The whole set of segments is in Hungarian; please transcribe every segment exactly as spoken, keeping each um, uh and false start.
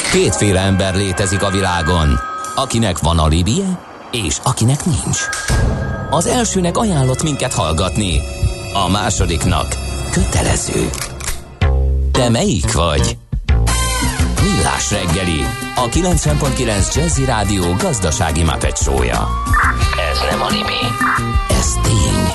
Kétféle ember létezik a világon, akinek van alibije, és akinek nincs. Az elsőnek ajánlott minket hallgatni, a másodiknak kötelező. Te melyik vagy? Millás reggeli, a kilencven pont kilenc Jazzy Rádió gazdasági Muppet show-ja. Ez nem anime, ez tény.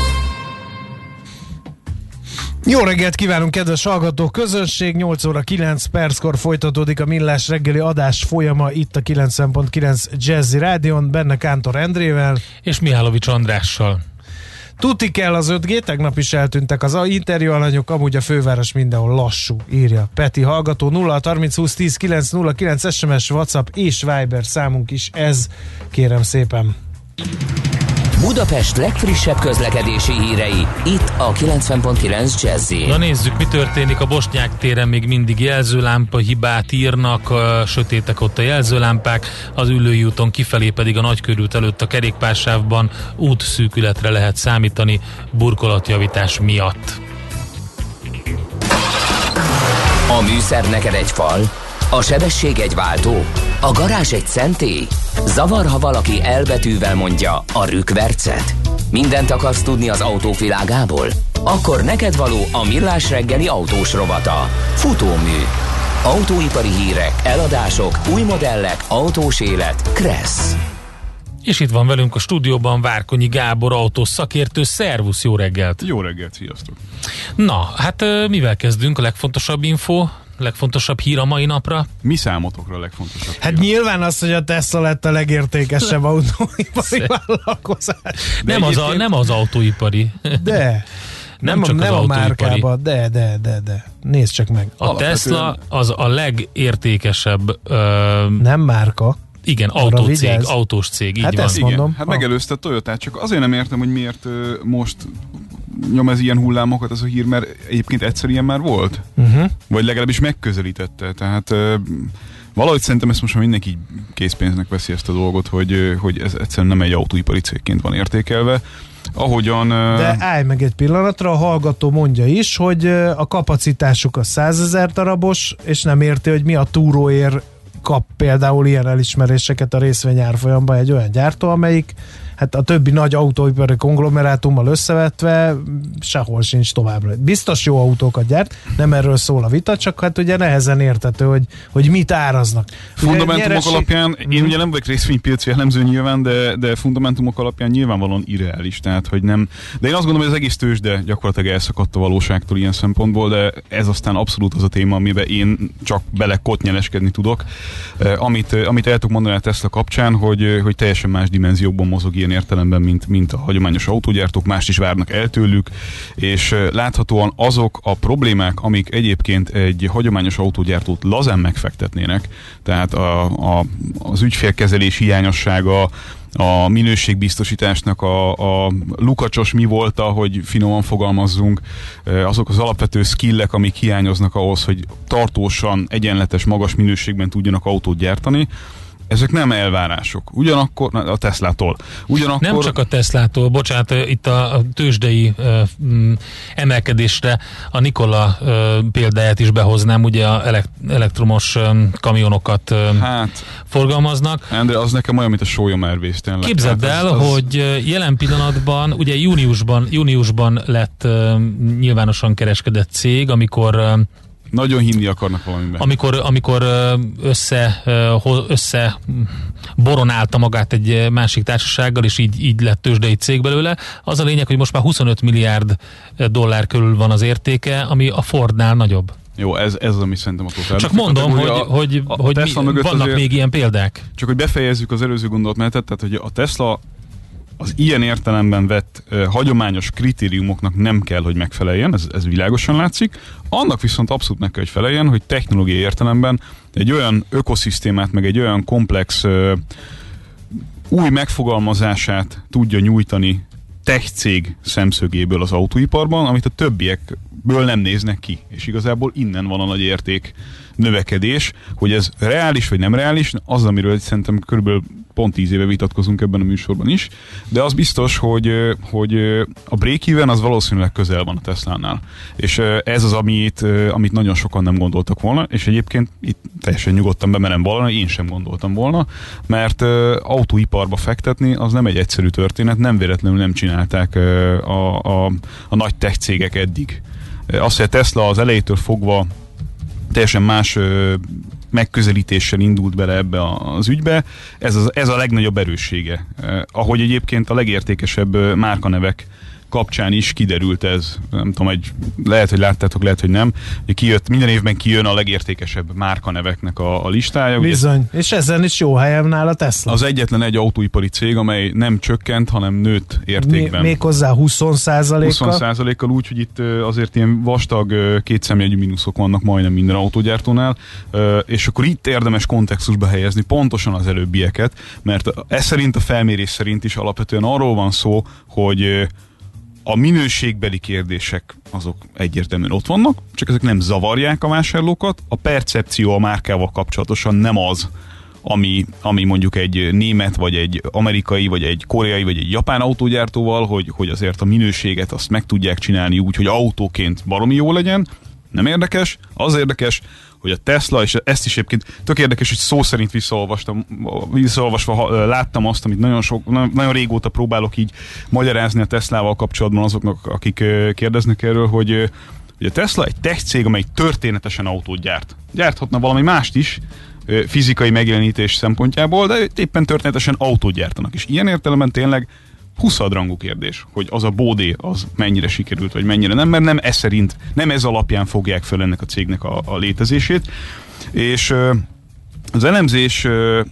Jó reggelt kívánunk, kedves hallgató közönség! nyolc óra kilenc perckor folytatódik a Millás reggeli adás folyama itt a kilencven pont kilenc Jazzy Rádión, benne Kántor Endrével és Mihálovics Andrással. Tuti kell az öt G, tegnap is eltűntek az interjú alanyok, amúgy a főváros mindenhol lassú, írja Peti hallgató. Nulla harminc húsz tíz kilenc nulla kilenc es em es, WhatsApp és Viber számunk is ez, kérem szépen. Budapest legfrissebb közlekedési hírei, itt a kilencven pont kilenc Jazzy. Na nézzük, mi történik a Bosnyák téren, még mindig jelzőlámpa hibát írnak, a sötétek ott a jelzőlámpák, az Üllői úton kifelé pedig a Nagykörút előtt a kerékpársávban útszűkületre lehet számítani burkolatjavítás miatt. A műszer neked egy fal, a sebesség egy váltó, a garázs egy szentély. Zavar, ha valaki elbetűvel mondja a rükvercet. Mindent akarsz tudni az autóvilágából? Akkor neked való a Millás reggeli autós rovata. Futómű. Autóipari hírek, eladások, új modellek, autós élet. Kressz. És itt van velünk a stúdióban Várkonyi Gábor autós szakértő. Szervusz, jó reggelt! Jó reggelt, sziasztok! Na, hát mivel kezdünk? A legfontosabb info, legfontosabb hír a mai napra? Mi számotokra a legfontosabb? Hát hír? Nyilván az, hogy a Tesla lett a legértékesebb autóipari vállalkozás. Nem az, a, nem az autóipari. De. Nem, nem csak a, nem az a autóipari. márkába, de, de, de, de. Nézd csak meg. A Alapvetően... Tesla az a legértékesebb... Ö... Nem márka. Igen, autócég, autós cég, így hát van. Ezt mondom. Igen, hát megelőzte a Toyotát, csak azért nem értem, hogy miért ö, most nyom ez ilyen hullámokat az a hír, mert egyébként egyszer ilyen már volt. Uh-huh. Vagy legalábbis megközelítette. Tehát ö, valahogy szerintem ezt most már mindenki így készpénznek veszi ezt a dolgot, hogy, hogy ez egyszerűen nem egy autóipari cégként van értékelve. Ahogyan... De állj meg egy pillanatra, a hallgató mondja is, hogy a kapacitásuk a százezer darabos, és nem érti, hogy mi a túróér kap például ilyen elismeréseket a részvényárfolyamban egy olyan gyártó, amelyik hát a többi nagy autóipari konglomerátummal összevetve sehol sincs továbbra. Biztos jó autókat gyárt, nem erről szól a vita, csak hát ugye nehezen értető, hogy, hogy mit áraznak. Fundamentumok nyereség... alapján, én ugye nem vagyok részvénypiaci elemző nyilván, de, de fundamentumok alapján nyilvánvalóan irreális, tehát hogy nem. De én azt gondolom, hogy az egész tőzsde gyakorlatilag elszakadt a valóságtól ilyen szempontból, de ez aztán abszolút az a téma, amiben én csak bele kotnyeleskedni tudok. Amit, amit el tudok mondani a Tesla kapcsán, hogy, hogy teljesen más dimenziókban mozog ilyen értelemben, mint, mint a hagyományos autógyártók, mást is várnak el tőlük, és láthatóan azok a problémák, amik egyébként egy hagyományos autógyártót lazán megfektetnének, tehát a, a, az ügyfélkezelés hiányossága, a minőségbiztosításnak a, a lukacsos mi volt, hogy finoman fogalmazzunk, azok az alapvető skillek, amik hiányoznak ahhoz, hogy tartósan, egyenletes, magas minőségben tudjanak autót gyártani, ezek nem elvárások. Ugyanakkor, a Teslától. Ugyanakkor... Nem csak a Teslától, bocsánat, itt a tőzsdei uh, emelkedésre a Nikola uh, példáját is behoznám, ugye a elekt- elektromos um, kamionokat um, hát, forgalmaznak. Endre, az nekem olyan, mint a Sólyom Airways tényleg. Képzeld el, az, az... hogy jelen pillanatban, ugye júniusban, júniusban lett uh, nyilvánosan kereskedett cég, amikor uh, nagyon hinni akarnak valamiben. Amikor, amikor össze, össze boronálta magát egy másik társasággal, és így, így lett tőzsdei cég belőle. Az a lényeg, hogy most már huszonöt milliárd dollár körül van az értéke, ami a Fordnál nagyobb. Jó, ez, ez az, ami szerintem a totális. Csak mondom, hogy, a, hogy, a hogy mi, vannak azért, még ilyen példák. Csak hogy befejezzük az előző gondolatmenetet, tehát hogy a Tesla az ilyen értelemben vett uh, hagyományos kritériumoknak nem kell, hogy megfeleljen, ez, ez világosan látszik. Annak viszont abszolút meg kell, hogy feleljen, hogy technológiai értelemben egy olyan ökoszisztémát, meg egy olyan komplex uh, új megfogalmazását tudja nyújtani tech cég szemszögéből az autóiparban, amit a többiekből nem néznek ki. És igazából innen van a nagy érték növekedés, hogy ez reális vagy nem reális, az, amiről szerintem körülbelül pont tíz éve vitatkozunk ebben a műsorban is, de az biztos, hogy, hogy a break-even az valószínűleg közel van a Teslánál. És ez az, amit, amit nagyon sokan nem gondoltak volna, és egyébként itt teljesen nyugodtan bemerem volna, én sem gondoltam volna, mert autóiparba fektetni az nem egy egyszerű történet, nem véletlenül nem csinálták a, a, a nagy tech cégek eddig. Azt, hogy a Tesla az elejétől fogva teljesen más megközelítéssel indult bele ebbe az ügybe, ez, az, ez a legnagyobb erőssége. Eh, ahogy egyébként a legértékesebb márkanevek kapcsán is kiderült ez, nem tudom, hogy lehet, hogy láttátok, lehet, hogy nem, hogy kijött, minden évben kijön a legértékesebb márkaneveknek a, a listája. Bizony, ugye, és ezen is jó helyen áll a Tesla. Az egyetlen egy autóipari cég, amely nem csökkent, hanem nőtt értékben. Mi, méghozzá húsz százalékkal. húsz százalékkal úgy, hogy itt azért ilyen vastag kétszemjegyű mínuszok vannak majdnem minden autógyártónál, és akkor itt érdemes kontextusba helyezni pontosan az előbbieket, mert ez szerint, a felmérés szerint is alapvetően arról van szó, hogy a minőségbeli kérdések azok egyértelműen ott vannak, csak ezek nem zavarják a vásárlókat. A percepció a márkával kapcsolatosan nem az, ami, ami mondjuk egy német, vagy egy amerikai, vagy egy koreai, vagy egy japán autógyártóval, hogy, hogy azért a minőséget azt meg tudják csinálni úgy, hogy autóként baromi jó legyen. Nem érdekes. Az érdekes, hogy a Tesla, és ezt is egyébként tök érdekes, hogy szó szerint visszaolvastam, visszaolvasva láttam azt, amit nagyon, sok, nagyon régóta próbálok így magyarázni a Teslával kapcsolatban azoknak, akik kérdeznek erről, hogy, hogy a Tesla egy tech cég, amely történetesen autót gyárt. Gyárthatna valami mást is, fizikai megjelenítés szempontjából, de éppen történetesen autót gyártanak. És ilyen értelemben tényleg huszadrangú kérdés, hogy az a bódé az mennyire sikerült, vagy mennyire nem, mert nem ez szerint, nem ez alapján fogják fel ennek a cégnek a, a létezését. És az elemzés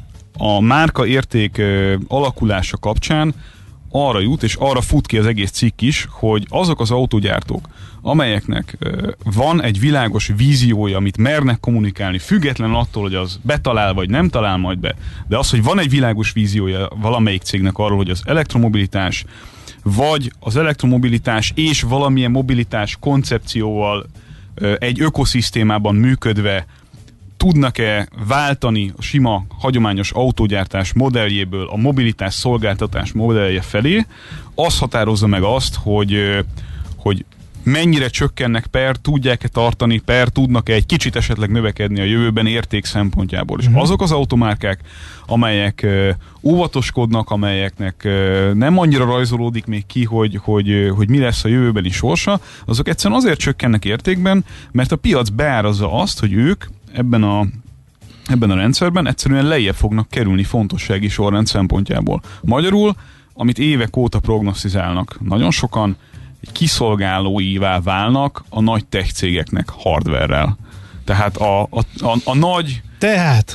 a márka érték alakulása kapcsán arra jut, és arra fut ki az egész cikk is, hogy azok az autógyártók, amelyeknek van egy világos víziója, amit mernek kommunikálni, független attól, hogy az betalál, vagy nem talál majd be, de az, hogy van egy világos víziója valamelyik cégnek arról, hogy az elektromobilitás, vagy az elektromobilitás és valamilyen mobilitás koncepcióval egy ökoszisztémában működve tudnak-e váltani a sima, hagyományos autógyártás modelljéből a mobilitás szolgáltatás modellje felé, az határozza meg azt, hogy, hogy mennyire csökkennek per, tudják-e tartani per, tudnak-e egy kicsit esetleg növekedni a jövőben érték szempontjából. És uh-huh. azok az automárkák, amelyek uh, óvatoskodnak, amelyeknek uh, nem annyira rajzolódik még ki, hogy, hogy, uh, hogy mi lesz a jövőbeni sorsa, azok egyszerűen azért csökkennek értékben, mert a piac beárazza azt, hogy ők ebben a, ebben a rendszerben egyszerűen lejjebb fognak kerülni fontossági sorrend szempontjából. Magyarul, amit évek óta prognosztizálnak nagyon sokan, egy kiszolgálóivá válnak a nagy tech cégeknek hardverrel. Tehát a, a, a, a nagy... Tehát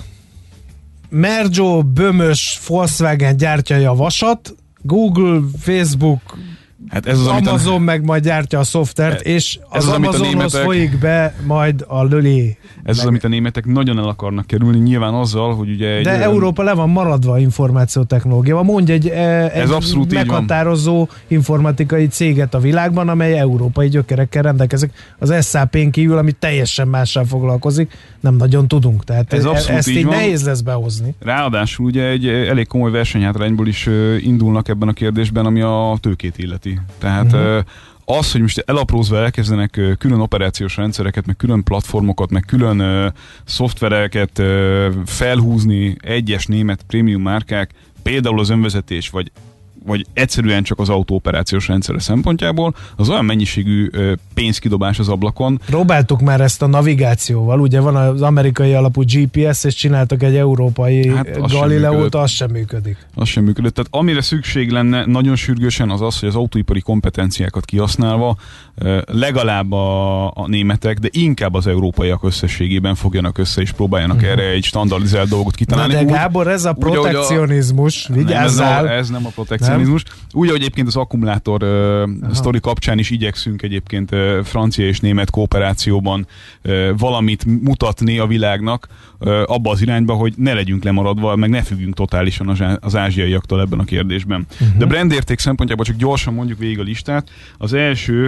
Merjo, Bömös, Volkswagen gyártja a vasat, Google, Facebook, hát ez az, Amazon a... meg majd gyártja a szoftvert, és az, az Amazonhoz németek... folyik be majd a lölé. Ez meg... az, amit a németek nagyon el akarnak kerülni, nyilván azzal, hogy ugye... Egy De olyan... Európa le van maradva információtechnológiával. Mondj egy, egy meghatározó informatikai céget a világban, amely európai gyökerekkel rendelkezik. Az es á pén kívül, ami teljesen mással foglalkozik, nem nagyon tudunk. Tehát ez e- ezt így, így nehéz lesz behozni. Ráadásul ugye egy elég komoly versenyhátrányból is indulnak ebben a kérdésben, ami a tőkét illeti. Tehát uh-huh. az, hogy most elaprózva elkezdenek külön operációs rendszereket, meg külön platformokat, meg külön uh, szoftvereket uh, felhúzni egyes német prémium márkák, például az önvezetés, vagy vagy egyszerűen csak az autóoperációs rendszere szempontjából, az olyan mennyiségű ö, pénzkidobás az ablakon. Próbáltuk már ezt a navigációval, ugye van az amerikai alapú gé pé es, és csináltak egy európai hát, Galileót, az sem működik. Az sem működött. Tehát amire szükség lenne nagyon sürgősen az az, hogy az autóipari kompetenciákat kihasználva ö, legalább a, a németek, de inkább az európaiak összességében fogjanak össze, és próbáljanak uh-huh. erre egy standardizált dolgot kitalálni. Na de Gábor, ez a protekcionizmus, vigyázzál. Nem, ez nem a protekcionizmus. Úgy, ahogy egyébként az akkumulátor uh, sztori kapcsán is igyekszünk egyébként uh, francia és német kooperációban uh, valamit mutatni a világnak uh, abba az irányba, hogy ne legyünk lemaradva, meg ne függjünk totálisan az, az ázsiaiaktól ebben a kérdésben. Uh-huh. De brandérték szempontjából csak gyorsan mondjuk végig a listát. Az első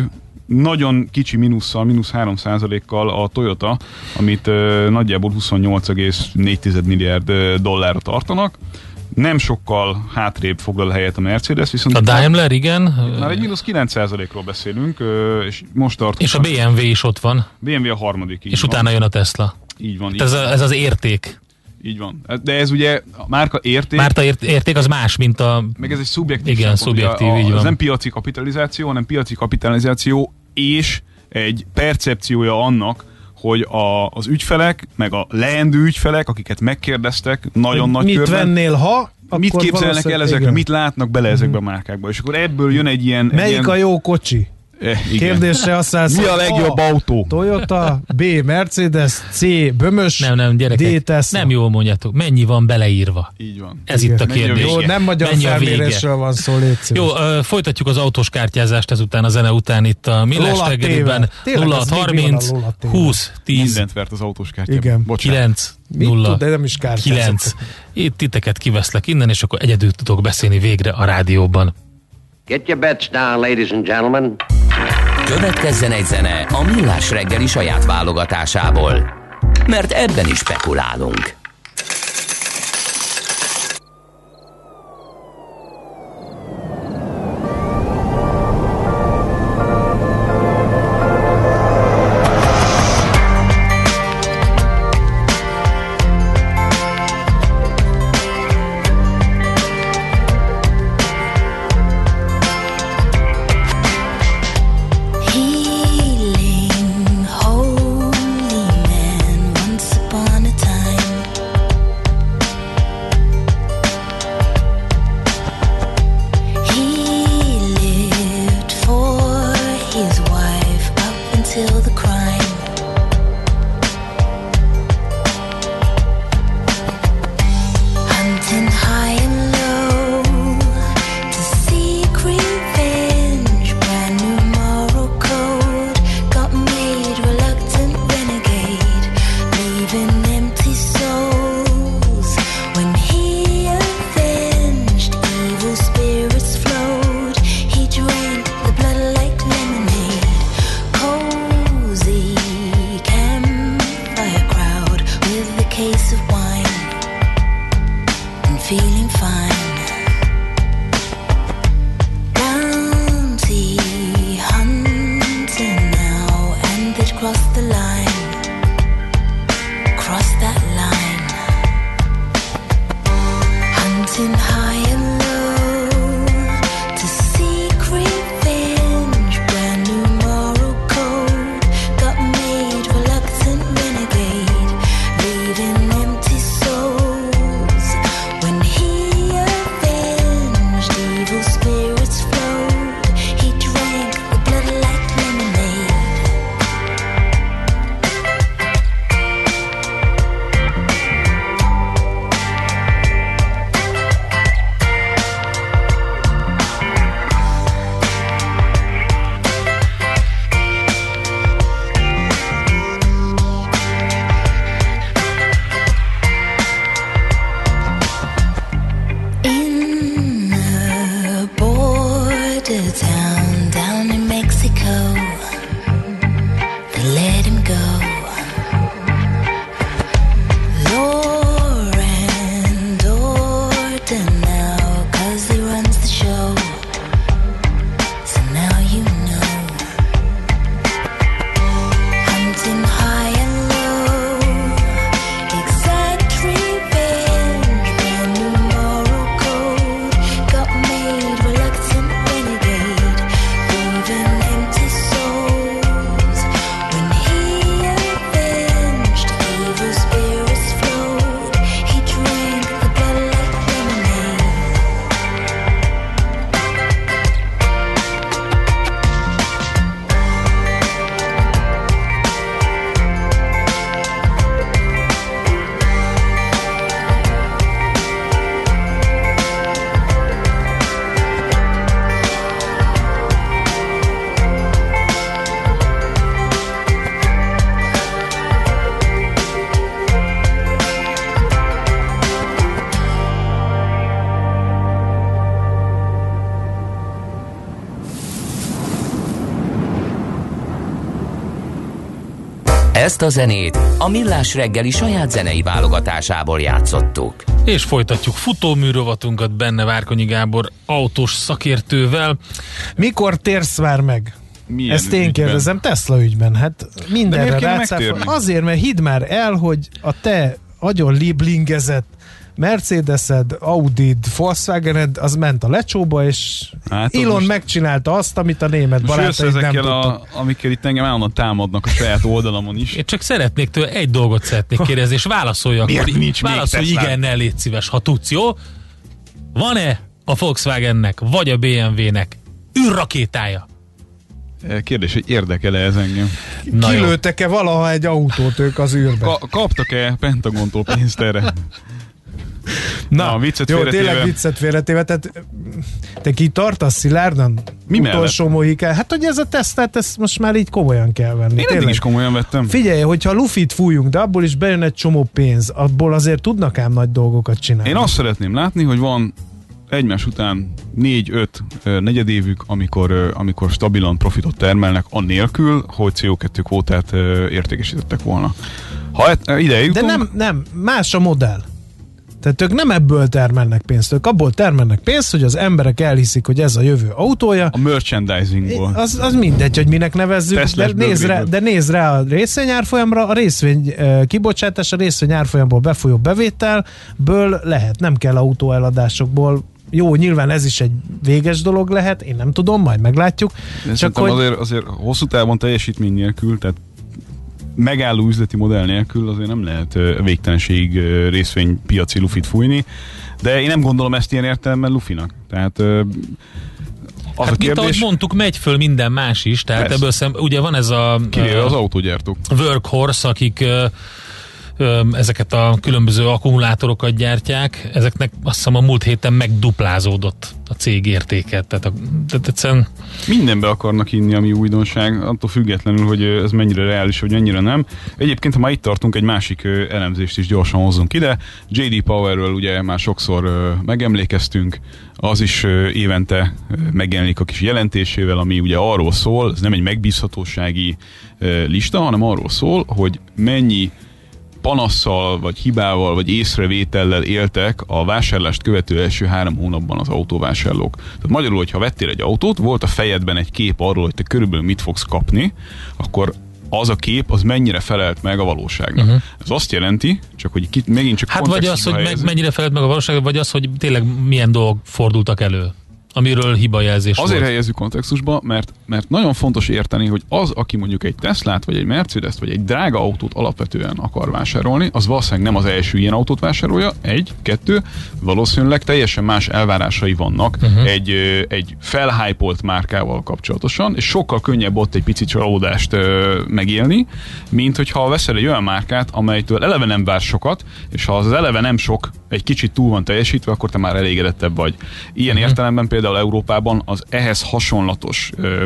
nagyon kicsi mínusszal, mínusz három százalékkal a Toyota, amit uh, nagyjából huszonnyolc egész négy milliárd dollárra tartanak. Nem sokkal hátrébb foglal helyet a Mercedes, viszont... A Daimler, igen. Már egy mínusz kilenc százalékról beszélünk, és most tartunk... És a bé em vé is ott van. bé em vé a harmadik, így És van. utána jön a Tesla. Így van. Így ez, van. A, ez az érték. Így van. De ez ugye a márka érték... Márta ért, érték az más, mint a... Meg ez egy szubjektív. Igen, szempont. szubjektív, a, a, így van. Ez nem piaci kapitalizáció, hanem piaci kapitalizáció és egy percepciója annak, hogy a, az ügyfelek, meg a leendő ügyfelek, akiket megkérdeztek, nagyon nagy mit körben... Mit vennél, ha... Mit képzelnek el ezekről, igen. mit látnak bele ezekbe a márkákba, és akkor ebből jön egy ilyen... Melyik egy ilyen, a jó kocsi? Eh, Kérdésre azt állsz, mi a legjobb A, autó? Toyota, B, Mercedes, C, Bömös, Nem, nem, gyerekek, D, Tesla. nem jól mondjátok. Mennyi van beleírva? Így van. Ez Igen. itt a Mennyi a kérdés. vége? Jó, nem magyar Mennyi a vége? felmérésről van szó, légy szíves. Jó, uh, folytatjuk az autós kártyázást ezután, a zene után itt a Millás Lola reggeliben. téve. nulla Tényleg, hat ez még mi van a harminc Lola téve? húsz tíz Mindent vert az autós kártyában. Igen. Bocsánat. kilenc Mit nulla tud, de nem is kártyázok. kilenc. Itt titeket kiveszlek innen, és akkor egyedül tudok beszélni végre a rádióban. Get your bets down, ladies and gentlemen. Következzen egy zene a Millás reggeli saját válogatásából, mert ebben is spekulálunk. Healing, holy man, once upon a time. He lived for his wife up until the crime. Hunting high and low to seek revenge. Brand new moral code got made, reluctant renegade, leaving empty souls. When he avenged, evil spirits flowed. He drank the blood like lemonade. Cozy campfire crowd with a case of wine and feeling fine. Bounty hunting now, and they'd cross the line, cross that line. Hunting high and low to seek revenge. Brand new moral code got made, reluctant renegade, leaving empty souls. When he Ezt a zenét a Millás reggeli saját zenei válogatásából játszottuk. És folytatjuk futóműrovatunkat benne Várkonyi Gábor autós szakértővel. Mikor térsz már meg? Milyen Ezt én ügyben? kérdezem, Tesla ügyben. Hát mindenre kéne rátszáfol. megtérni? Azért, mert hidd már el, hogy a te agyon liblingezett Mercedesed, Audid, Volkswagened, az ment a lecsóba, és Hát, az Elon most- megcsinálta azt, amit a német Most jössz barátaid nem ezekkel, tudtak. a, amikkel itt engem állandóan támadnak a saját oldalamon is. Én csak szeretnék tőle egy dolgot szeretnék kérdezni, és válaszolj akkor. Miért nincs még Válaszolj Teslád? igennel, légy szíves, ha tudsz, jó? Van-e a Volkswagennek, vagy a bé em vé-nek űrrakétája? Kérdés, hogy érdekel-e ez engem? Na jó. Kilőttek-e valaha egy autót ők az űrbe? Ka- kaptak-e Pentagontól pénzt erre? Na, Na, viccet jó, félretéve. tényleg viccet félretéve, tehát te ki tartasz szilárdan? Mi Utolsó mohikán. Hát, hogy ez a Teslát, ezt most már így komolyan kell venni. Én eddig is komolyan vettem. Figyelj, hogyha lufit fújunk, de abból is bejön egy csomó pénz, abból azért tudnak ám nagy dolgokat csinálni. Én azt szeretném látni, hogy van egymás után négy-öt negyedévük, amikor, ö, amikor stabilan profitot termelnek, annélkül, hogy cé o kettő kvótát ö, értékesítettek volna. Ha et, ide De jutunk, nem, nem, más a modell. Tehát ők nem ebből termelnek pénzt, ők abból termelnek pénzt, hogy az emberek elhiszik, hogy ez a jövő autója. a merchandisingból. Az, az mindegy, hogy minek nevezzük, de Teslás nézd, rá, bőrvédből. de nézd rá a részvényárfolyamra, a részvény eh, kibocsátás, a részvényárfolyamból befolyó bevételből lehet, nem kell autóeladásokból. Jó, nyilván ez is egy véges dolog lehet, én nem tudom, majd meglátjuk. De Csak hogy... hogy azért, azért hosszú távon teljesítmény nélkül, tehát megálló üzleti modell nélkül azért nem lehet ö, végtelenség ö, részvénypiaci lufit fújni, de én nem gondolom ezt ilyen értelemben lufinak. Tehát ö, az Hát a mint ahogy kérdés, mondtuk, megy föl minden más is, tehát Persze. ebből szem, ugye van ez a kivéve ö, az autógyártók. workhorse, akik ö, ö, ezeket a különböző akkumulátorokat gyártják, ezeknek azt hiszem a múlt héten megduplázódott a cég értéke. Tehát, a, tehát egyszerűen Mindenbe akarnak inni, ami újdonság, attól függetlenül, hogy ö, ez mennyire reális, vagy mennyire nem. Egyébként, ha már itt tartunk, egy másik ö, elemzést is gyorsan hozzunk ide. jé dé Powerről ugye már sokszor ö, megemlékeztünk, az is ö, évente ö, megjelenik a kis jelentésével, ami ugye arról szól, ez nem egy megbízhatósági ö, lista, hanem arról szól, hogy mennyi panasszal, vagy hibával, vagy észrevétellel éltek a vásárlást követő első három hónapban az autóvásárlók. Tehát magyarul, hogyha vettél egy autót, volt a fejedben egy kép arról, hogy te körülbelül mit fogsz kapni, akkor az a kép, az mennyire felelt meg a valóságnak. Uh-huh. Ez azt jelenti, csak hogy ki, megint csak hát vagy az, hogy meg, mennyire felelt meg a valóság, vagy az, hogy tényleg milyen dolgok fordultak elő, amiről hibajelzés Azért volt. helyezzük kontextusba, mert, mert nagyon fontos érteni, hogy az, aki mondjuk egy Teslát, vagy egy Mercedes-t, vagy egy drága autót alapvetően akar vásárolni, az valószínűleg nem az első ilyen autót vásárolja, egy, kettő, valószínűleg teljesen más elvárásai vannak uh-huh. egy, ö, egy felhypolt márkával kapcsolatosan, és sokkal könnyebb ott egy pici csalódást ö, megélni, mint hogyha veszel egy olyan márkát, amelytől eleve nem vár sokat, és ha az eleve nem sok, egy kicsit túl van teljesítve, akkor te már elégedettebb vagy. Ilyen uh-huh. értelemben például Európában az ehhez hasonlatos ö,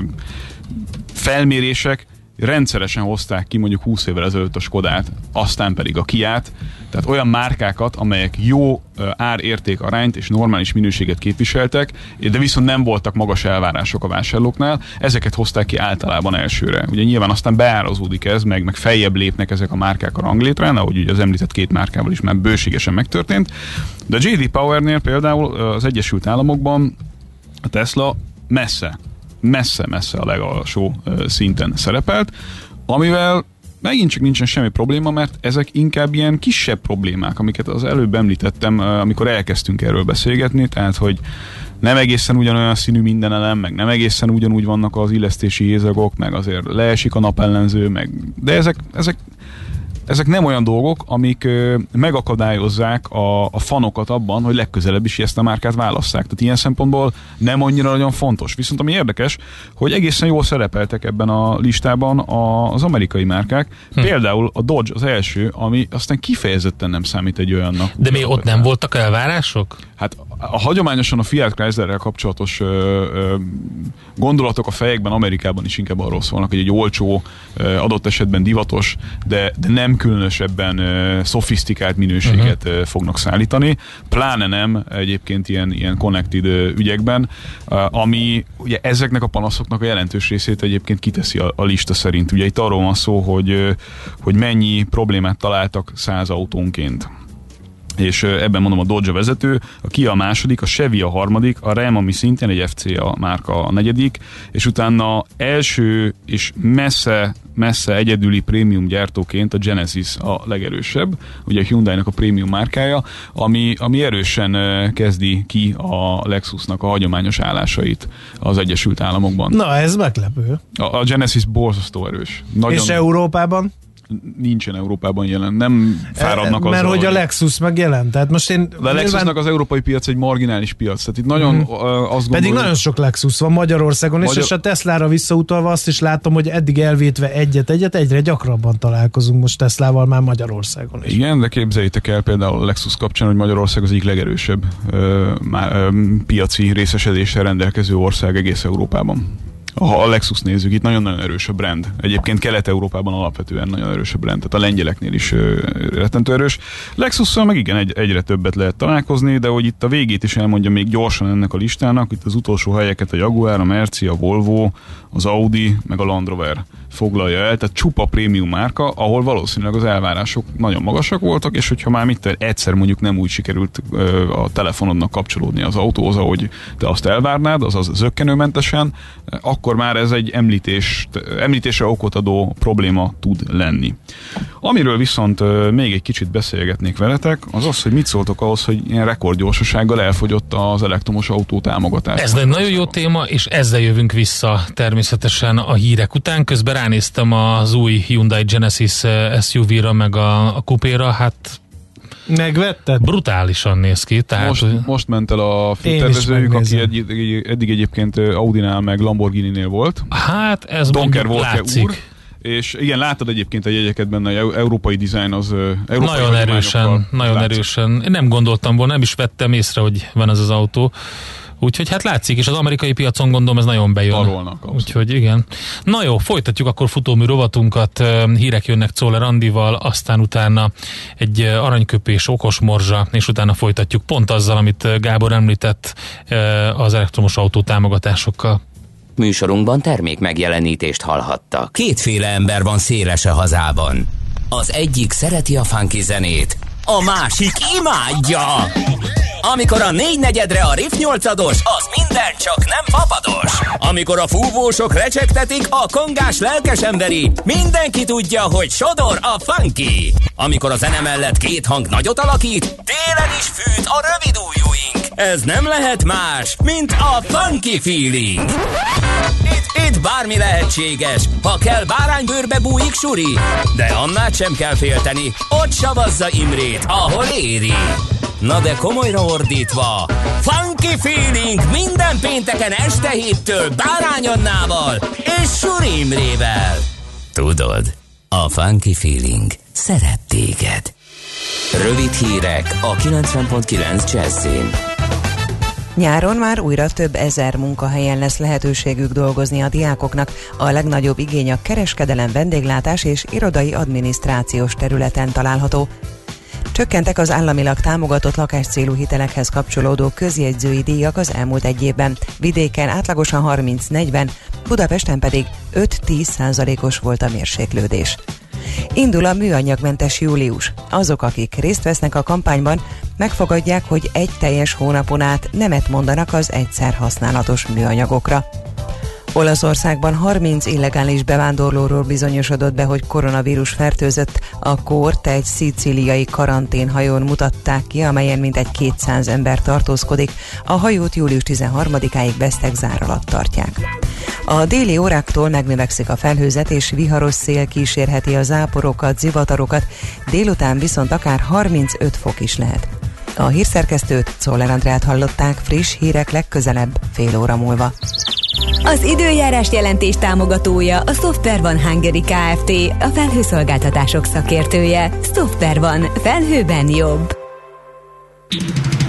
felmérések rendszeresen hozták ki mondjuk húsz évvel ezelőtt a Skodát, aztán pedig a Kiát, tehát olyan márkákat, amelyek jó ö, ár-érték arányt és normális minőséget képviseltek, de viszont nem voltak magas elvárások a vásárlóknál, ezeket hozták ki általában elsőre. Ugye nyilván aztán beárazódik ez, meg, meg feljebb lépnek ezek a márkák a ranglétrán, ahogy ugye az említett két márkával is már bőségesen megtörtént, de a jé dé Powernél például az Egyesült Államokban a Tesla messze, messze-messze a legalsó ö, szinten szerepelt, amivel megint csak nincsen semmi probléma, mert ezek inkább ilyen kisebb problémák, amiket az előbb említettem, ö, amikor elkezdtünk erről beszélgetni, tehát, hogy nem egészen ugyanolyan színű minden elem, meg nem egészen ugyanúgy vannak az illesztési hézagok, meg azért leesik a napellenző, meg, de ezek, ezek Ezek nem olyan dolgok, amik ö, megakadályozzák a, a fanokat abban, hogy legközelebb is ezt a márkát válasszák. Tehát ilyen szempontból nem annyira nagyon fontos. Viszont ami érdekes, hogy egészen jól szerepeltek ebben a listában a, az amerikai márkák. Hm. Például a Dodge az első, ami aztán kifejezetten nem számít egy olyannak. De még ott nem voltak elvárások? Hát a hagyományosan a Fiat Chryslerrel kapcsolatos ö, ö, gondolatok a fejekben Amerikában is inkább arról szólnak, hogy egy olcsó, ö, adott esetben divatos, de, de nem különösebben ö, szofisztikált minőséget uh-huh. ö, fognak szállítani, pláne nem egyébként ilyen, ilyen connected ö, ügyekben, ö, ami ugye ezeknek a panaszoknak a jelentős részét egyébként kiteszi a, a lista szerint. Ugye itt arról van szó, hogy, ö, hogy mennyi problémát találtak száz autónként. És ebben mondom a Dodge a vezető, a Kia a második, a Chevy a harmadik, a Ram, ami szintén egy ef cé á márka a negyedik, és utána első és messze, messze egyedüli prémium gyártóként a Genesis a legerősebb, ugye a Hyundai-nak a prémium márkája, ami, ami erősen kezdi ki a Lexusnak a hagyományos állásait az Egyesült Államokban. Na, ez meglepő. A, a Genesis borzasztó erős. Nagyon és Európában? Nincsen Európában jelen, nem fáradnak e, Mert azzal, hogy a Lexus megjelent, tehát most én... De a Lexusnak nyilván... az európai piac egy marginális piac, tehát itt nagyon hmm. azt gondolom... Pedig nagyon sok Lexus van Magyarországon, Magyar... és, és a Teslára visszautalva azt is látom, hogy eddig elvétve egyet-egyet, egyre gyakrabban találkozunk most Teslával már Magyarországon is. Igen, de képzeljétek el például a Lexus kapcsán, hogy Magyarország az egyik legerősebb ö, má, ö, piaci részesedéssel rendelkező ország egész Európában. Ha a Lexus nézzük, itt nagyon-nagyon erős a brand. Egyébként Kelet-Európában alapvetően nagyon erős a brand, tehát a lengyeleknél is ö, rettentő erős. Lexusszal meg igen, egy, egyre többet lehet találkozni, de hogy itt a végét is elmondja még gyorsan ennek a listának, itt az utolsó helyeket a Jaguar, a Merci, a Volvo, az Audi, meg a Land Rover foglalja el, tehát csupa prémium márka, ahol valószínűleg az elvárások nagyon magasak voltak, és hogyha már mit egyszer mondjuk nem úgy sikerült ö, a telefonodnak kapcsolódni az autóhoz, ahogy te azt elvárnád, azaz zökkenőmentesen, akkor már ez egy említés, említésre okot adó probléma tud lenni. Amiről viszont ö, még egy kicsit beszélgetnék veletek, az az, hogy mit szóltok ahhoz, hogy ilyen rekordgyorsasággal elfogyott az elektromos autó támogatás. Ez egy nagyon jó téma, és ezzel jövünk vissza természetesen a hírek után. Közben ránéztem az új Hyundai Genesis es u vé-ra, meg a, a kupéra, hát megvetted? Brutálisan néz ki. Tehát most, most ment el a főtervezőjük, aki eddig, eddig egyébként Audinál meg Lamborghini-nél volt. Hát ez Donker mondjuk látszik. Úr, és igen, látod egyébként a jegyeket benne, európai dizájn az európai nagyon erősen, nagyon látszik. erősen. Én nem gondoltam volna, nem is vettem észre, hogy van ez az autó. Úgyhogy hát látszik, és az amerikai piacon gondolom ez nagyon bejön. Arolnak, úgyhogy igen. Na jó, folytatjuk akkor futómű rovatunkat, hírek jönnek Czoller Andival, aztán utána egy aranyköpés, okos morzsa, és utána folytatjuk pont azzal, amit Gábor említett, az elektromos autó támogatásokkal. Műsorunkban termék megjelenítést hallhattak. Kétféle ember van széles a hazában. Az egyik szereti a funky zenét, a másik imádja. Amikor a négynegyedre a Riff nyolcados, az minden csak nem fapados. Amikor a fúvósok recsegtetik, a kongás lelkes emberi, mindenki tudja, hogy sodor a funky. Amikor a zene mellett két hang nagyot alakít, télen is fűt a rövid ujjúink. Ez nem lehet más, mint a funky feeling. Itt, itt bármi lehetséges, ha kell báránybőrbe bújik suri, de annál sem kell félteni, ott savazza Imrét, ahol éri. Na de komolyra ordítva, funky feeling minden pénteken este héttől Bárány Annával és Suri Imrével. Tudod, a funky feeling szeret téged. Rövid hírek a kilencven pont kilenc Jazzin. Nyáron már újra több ezer munkahelyen lesz lehetőségük dolgozni a diákoknak. A legnagyobb igény a kereskedelem, vendéglátás és irodai adminisztrációs területen található. Csökkentek az államilag támogatott lakáscélú hitelekhez kapcsolódó közjegyzői díjak az elmúlt egy évben. Vidéken átlagosan harminc-negyven, Budapesten pedig öt-tíz százalékos volt a mérséklődés. Indul a műanyagmentes július. Azok, akik részt vesznek a kampányban, megfogadják, hogy egy teljes hónapon át nemet mondanak az egyszer használatos műanyagokra. Olaszországban harminc illegális bevándorlóról bizonyosodott be, hogy koronavírus fertőzött. A kort egy szicíliai karanténhajón mutatták ki, amelyen mintegy kétszáz ember tartózkodik. A hajót július tizenharmadikáig vesztek zár alatt tartják. A déli óráktól megnövekszik a felhőzet, és viharos szél kísérheti a záporokat, zivatarokat, délután viszont akár harmincöt fok is lehet. A hírszerkesztőt, Czoller Andrát hallották, friss hírek legközelebb fél óra múlva. Az időjárás jelentés támogatója a SoftwareOne Hungary Kft., a felhőszolgáltatások szakértője. SoftwareOne, felhőben jobb.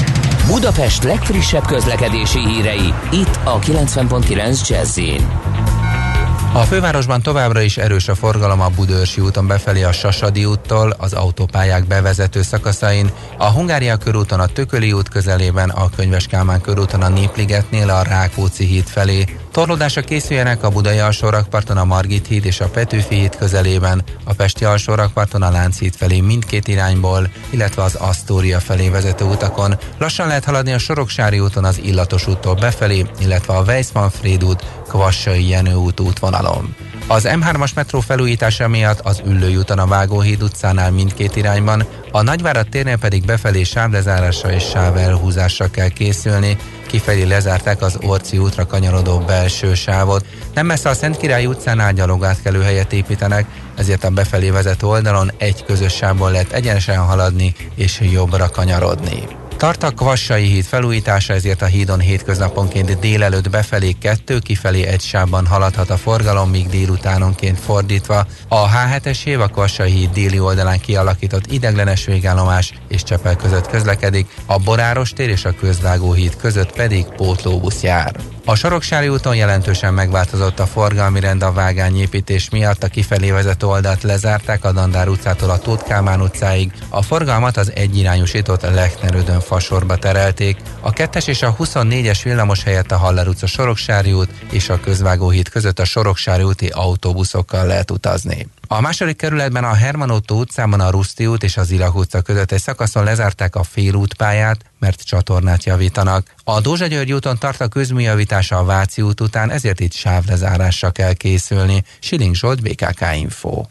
Budapest legfrissebb közlekedési hírei, itt a kilencven pont kilenc Jazz-in. A fővárosban továbbra is erős a forgalom a Budaörsi úton befelé a Sasadi úttól, az autópályák bevezető szakaszain, a Hungária körúton a Tököli út közelében, a Könyves Kálmán körúton a Népligetnél a Rákóczi híd felé. Torlódásra készüljenek a Budai alsórakparton a Margit híd és a Petőfi híd közelében, a Pesti alsórakparton a Lánchíd felé mindkét irányból, illetve az Asztória felé vezető utakon. Lassan lehet haladni a Soroksári úton az Illatos úttól befelé, illetve a Weiss-Manfréd út, Kvassai Jenő út útvonalon. Az em hármas metró felújítása miatt az Üllői úton a Vágóhíd utcánál mindkét irányban, a Nagyvárad térnél pedig befelé sávlezárásra és sávelhúzásra kell készülni, kifelé lezárták az Orci útra kanyarodó belső sávot. Nem messze a Szentkirály utcánál gyalogátkelő helyet építenek, ezért a befelé vezető oldalon egy közös sávból lehet egyenesen haladni és jobbra kanyarodni. Tart a Kvassai híd felújítása, ezért a hídon hétköznaponként délelőtt befelé kettő, kifelé egy sávban haladhat a forgalom, míg délutánonként fordítva. A há hetes év a Kvassai híd déli oldalán kialakított ideiglenes végállomás és Csepel között közlekedik, a Boráros tér és a Közvágó híd között pedig pótlóbusz jár. A Soroksári úton jelentősen megváltozott a forgalmi rend a vágányépítés miatt, a kifelé vezető oldalt lezárták a Dandár utcától a Tóth Kálmán utcáig, a forgalmat az egyirányúsított Lechner-Ödön fasorba terelték, a kettes és a huszonnégyes villamos helyett a Haller utca Soroksári út és a Közvágó híd között a Soroksári úti autóbuszokkal lehet utazni. A második kerületben a Herman Ottó utcában a Ruszti út és az Irak utca között egy szakaszon lezárták a félútpályát, mert csatornát javítanak. A Dózsa György úton tart a közműjavítása a Váci út után, ezért itt sávlezárásra kell készülni. Siling Zsolt, bé ká ká Info.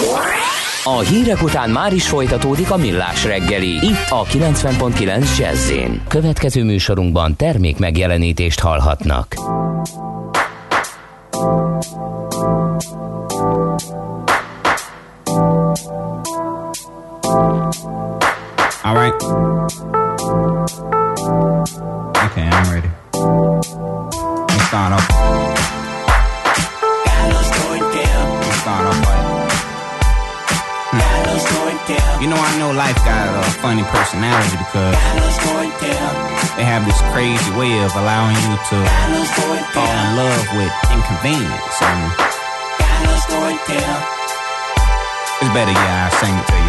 A hírek után már is folytatódik a Millás reggeli, itt a kilencven pont kilenc Jazz-in. Következő műsorunkban termék megjelenítést hallhatnak. All right. Okay, I'm ready. Let's start off. Let's start off right. You know, I know life got a funny personality because they have this crazy way of allowing you to fall in love with inconvenience. And it's better, yeah, I sing it to you.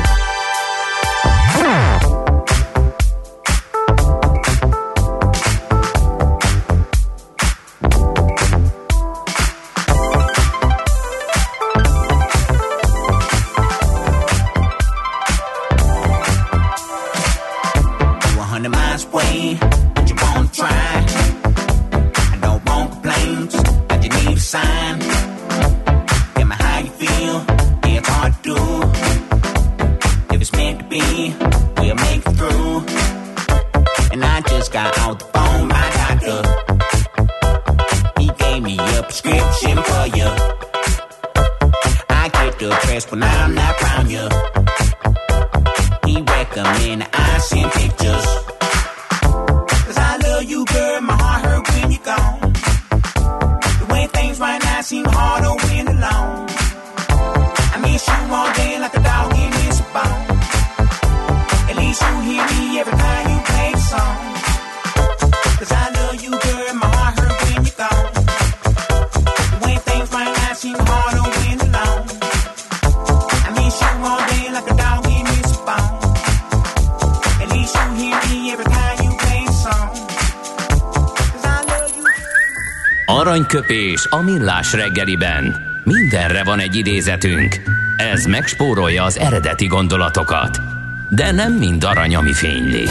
Aranyköpés a Millás reggeliben. Mindenre van egy idézetünk. Ez megspórolja az eredeti gondolatokat. De nem mind arany, ami fényli.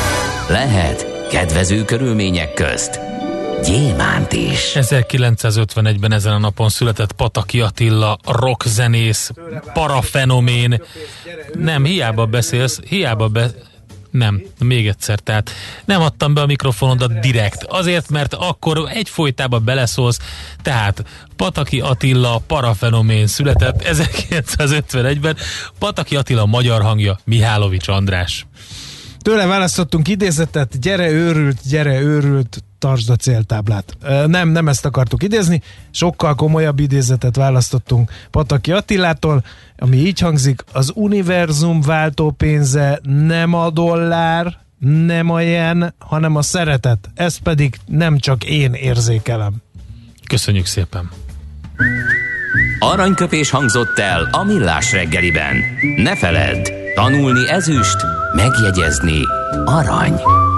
Lehet kedvező körülmények közt gyémánt is. ezerkilencszázötvenegyben ezen a napon született Pataki Attila, rockzenész, parafenomén. Nem, hiába beszélsz, hiába be... Nem, még egyszer, tehát nem adtam be a mikrofonodat direkt, azért, mert akkor egyfolytában beleszólsz, tehát Pataki Attila, parafenomén született ezerkilencszázötvenegyben, Pataki Attila magyar hangja, Mihálovics András. Tőle választottunk idézetet, gyere őrült, gyere őrült, tartsd a céltáblát. Nem, nem ezt akartuk idézni, sokkal komolyabb idézetet választottunk Pataki Attilától, ami így hangzik: az univerzum váltópénze nem a dollár, nem a jen, hanem a szeretet. Ezt pedig nem csak én érzékelem. Köszönjük szépen. Aranyköpés hangzott el a Millás reggeliben. Ne feledd, tanulni ezüst, megjegyezni arany.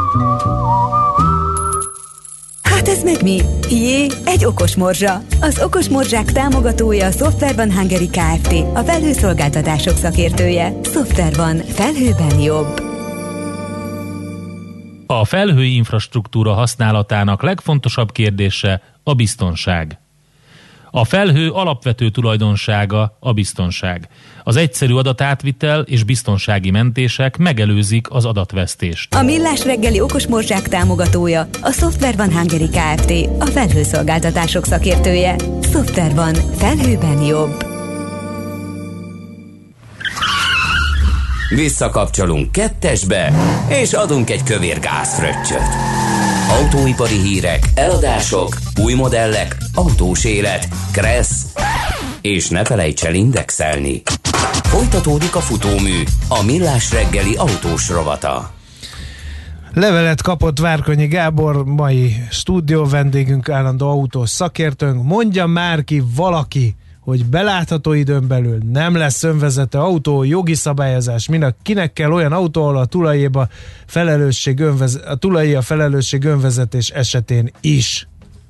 Hát ez meg mi? Jé, egy okos morzsa. Az okos morzsák támogatója a Software One Hungary Kft. A felhőszolgáltatások szakértője. Software One. Felhőben jobb. A felhői infrastruktúra használatának legfontosabb kérdése a biztonság. A felhő alapvető tulajdonsága a biztonság. Az egyszerű adatátvitel és biztonsági mentések megelőzik az adatvesztést. A Millás reggeli okos morzsák támogatója a Software One Hungary Kft. A felhőszolgáltatások szakértője. Software One. Felhőben jobb. Visszakapcsolunk kettesbe, és adunk egy kövér gázfröccsöt. Autóipari hírek, eladások, új modellek, autós élet, kressz, és ne felejts el indexelni. Folytatódik a futómű, a Millás reggeli autós rovata. Levelet kapott Várkonyi Gábor, mai stúdió vendégünk, állandó autós szakértőnk. Mondja már ki valaki, hogy belátható időn belül nem lesz önvezető autó, jogi szabályozás, minek, kinek kell olyan autó, ahol a tulajéba felelősség önvez, a tulajé a felelősség önvezetés esetén is.